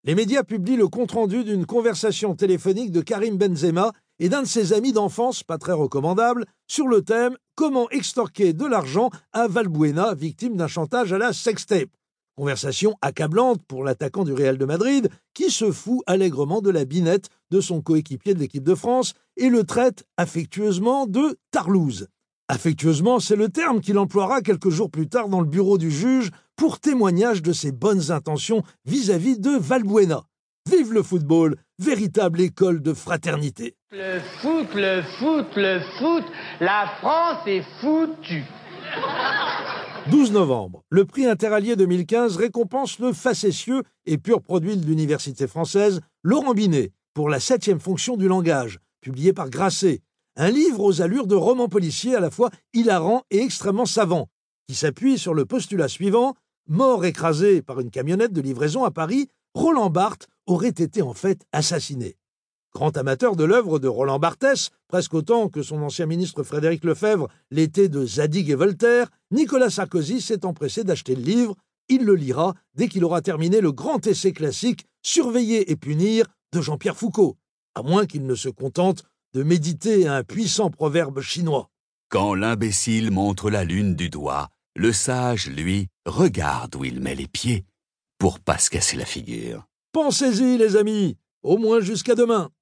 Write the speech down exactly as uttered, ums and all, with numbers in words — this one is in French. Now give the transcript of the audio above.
Les médias publient le compte-rendu d'une conversation téléphonique de Karim Benzema et d'un de ses amis d'enfance, pas très recommandable, sur le thème « Comment extorquer de l'argent à Valbuena, victime d'un chantage à la sextape ». Conversation accablante pour l'attaquant du Real de Madrid, qui se fout allègrement de la binette de son coéquipier de l'équipe de France et le traite affectueusement de « tarlouse ». Affectueusement, c'est le terme qu'il emploiera quelques jours plus tard dans le bureau du juge pour témoignage de ses bonnes intentions vis-à-vis de Valbuena. Vive le football, véritable école de fraternité. Le foot, le foot, le foot, la France est foutue. douze novembre, le prix Interallié deux mille quinze récompense le facétieux et pur produit de l'université française, Laurent Binet, pour La septième fonction du langage, publié par Grasset. Un livre aux allures de roman policier à la fois hilarant et extrêmement savant, qui s'appuie sur le postulat suivant: mort écrasé par une camionnette de livraison à Paris, Roland Barthes aurait été en fait assassiné. Grand amateur de l'œuvre de Roland Barthès, presque autant que son ancien ministre Frédéric Lefebvre l'était de Zadig et Voltaire, Nicolas Sarkozy s'est empressé d'acheter le livre. Il le lira dès qu'il aura terminé le grand essai classique « Surveiller et punir » de Jean-Pierre Foucault, à moins qu'il ne se contente de méditer un puissant proverbe chinois. Quand l'imbécile montre la lune du doigt, le sage, lui, regarde où il met les pieds pour pas se casser la figure. Pensez-y, les amis, au moins jusqu'à demain.